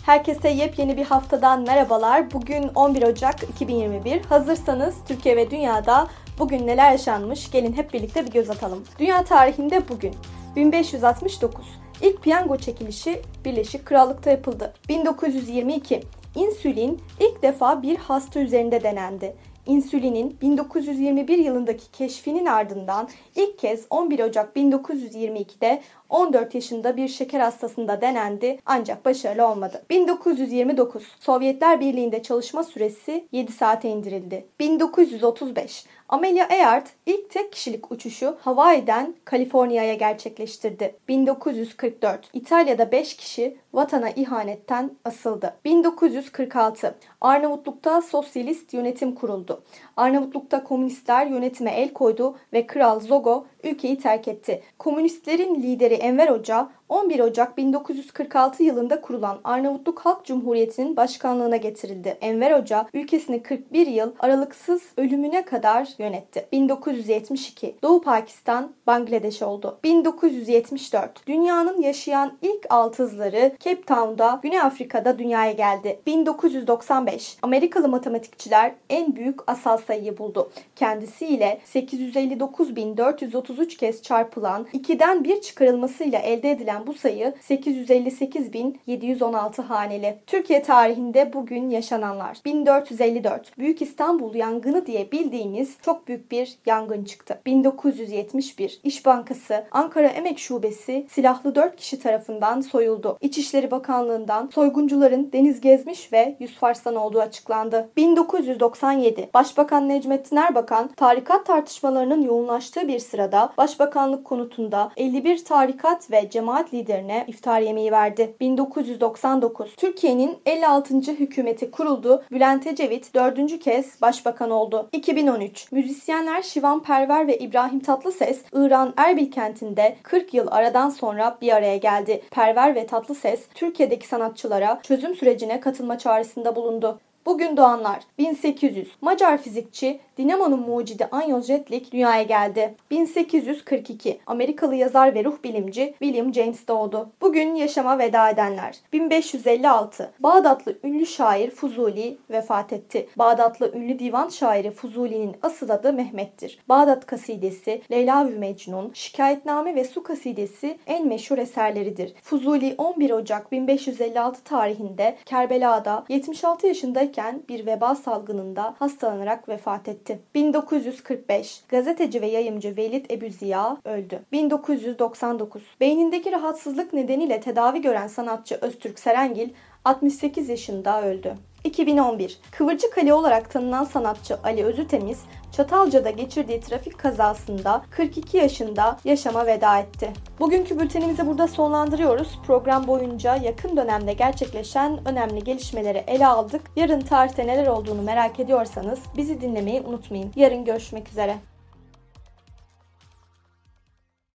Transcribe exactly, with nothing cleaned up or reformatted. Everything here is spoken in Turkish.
Herkese yepyeni bir haftadan merhabalar. Bugün on bir Ocak iki bin yirmi bir. Hazırsanız Türkiye ve dünyada bugün neler yaşanmış? Gelin hep birlikte bir göz atalım. Dünya tarihinde bugün bin beş yüz altmış dokuz ilk piyango çekilişi Birleşik Krallık'ta yapıldı. bin dokuz yüz yirmi iki insülin ilk defa bir hasta üzerinde denendi. İnsülinin bin dokuz yüz yirmi bir yılındaki keşfinin ardından ilk kez on bir Ocak bin dokuz yüz yirmi ikide on dört yaşında bir şeker hastasında denendi ancak başarılı olmadı. bin dokuz yüz yirmi dokuz Sovyetler Birliği'nde çalışma süresi yedi saate indirildi. bin dokuz yüz otuz beş Amelia Earhart ilk tek kişilik uçuşu Hawaii'den Kaliforniya'ya gerçekleştirdi. bin dokuz yüz kırk dört İtalya'da beş kişi vatana ihanetten asıldı. bin dokuz yüz kırk altı Arnavutluk'ta sosyalist yönetim kuruldu. Arnavutluk'ta komünistler yönetime el koydu ve Kral Zogo ülkeyi terk etti. Komünistlerin lideri Enver Hoca on bir Ocak bin dokuz yüz kırk altı yılında kurulan Arnavutluk Halk Cumhuriyeti'nin başkanlığına getirildi. Enver Hoca ülkesini kırk bir yıl aralıksız ölümüne kadar yönetti. bin dokuz yüz yetmiş iki Doğu Pakistan Bangladeş oldu. bin dokuz yüz yetmiş dört Dünyanın yaşayan ilk altızları Cape Town'da, Güney Afrika'da dünyaya geldi. bin dokuz yüz doksan beş Amerikalı matematikçiler en büyük asal sayıyı buldu. Kendisiyle sekiz yüz elli dokuz bin dört yüz otuz üç kez çarpılan ikiden bir çıkarılmasıyla elde edilen bu sayı sekiz yüz elli sekiz bin yedi yüz on altı haneli. Türkiye tarihinde bugün yaşananlar. bin dört yüz elli dört Büyük İstanbul yangını diye bildiğimiz çok büyük bir yangın çıktı. bin dokuz yüz yetmiş bir İş Bankası Ankara Emek Şubesi silahlı dört kişi tarafından soyuldu. İçişleri Bakanlığı'ndan soyguncuların Deniz Gezmiş ve Yusuf Arslan olduğu açıklandı. bin dokuz yüz doksan yedi Başbakan Necmettin Erbakan tarikat tartışmalarının yoğunlaştığı bir sırada Başbakanlık konutunda elli bir tarikat ve cemaat liderine iftar yemeği verdi. bin dokuz yüz doksan dokuz Türkiye'nin elli altıncı hükümeti kuruldu. Bülent Ecevit dördüncü kez başbakan oldu. iki bin on üç Müzisyenler Şivan Perver ve İbrahim Tatlıses İran Erbil kentinde kırk yıl aradan sonra bir araya geldi. Perver ve Tatlıses Türkiye'deki sanatçılara çözüm sürecine katılma çağrısında bulundu. Bugün doğanlar. bin sekiz yüz Macar fizikçi dinamonun mucidi Anyos Jetlik dünyaya geldi. bin sekiz yüz kırk iki Amerikalı yazar ve ruh bilimci William James doğdu. Bugün yaşama veda edenler. bin beş yüz elli altı Bağdatlı ünlü şair Fuzuli vefat etti. Bağdatlı ünlü divan şairi Fuzuli'nin asıl adı Mehmet'tir. Bağdat kasidesi, Leyla ve Mecnun, Şikayetname ve Su kasidesi en meşhur eserleridir. Fuzuli on bir Ocak bin beş yüz elli altı tarihinde Kerbela'da yetmiş altı yaşındayken bir veba salgınında hastalanarak vefat etti. bin dokuz yüz kırk beş Gazeteci ve yayımcı Velid Ebu Ziya öldü. bin dokuz yüz doksan dokuz Beynindeki rahatsızlık nedeniyle tedavi gören sanatçı Öztürk Serengil altmış sekiz yaşında öldü. iki bin on bir Kıvırcık Ali olarak tanınan sanatçı Ali Özütemiz, Çatalca'da geçirdiği trafik kazasında kırk iki yaşında yaşama veda etti. Bugünkü bültenimizi burada sonlandırıyoruz. Program boyunca yakın dönemde gerçekleşen önemli gelişmeleri ele aldık. Yarın tarihte neler olduğunu merak ediyorsanız bizi dinlemeyi unutmayın. Yarın görüşmek üzere.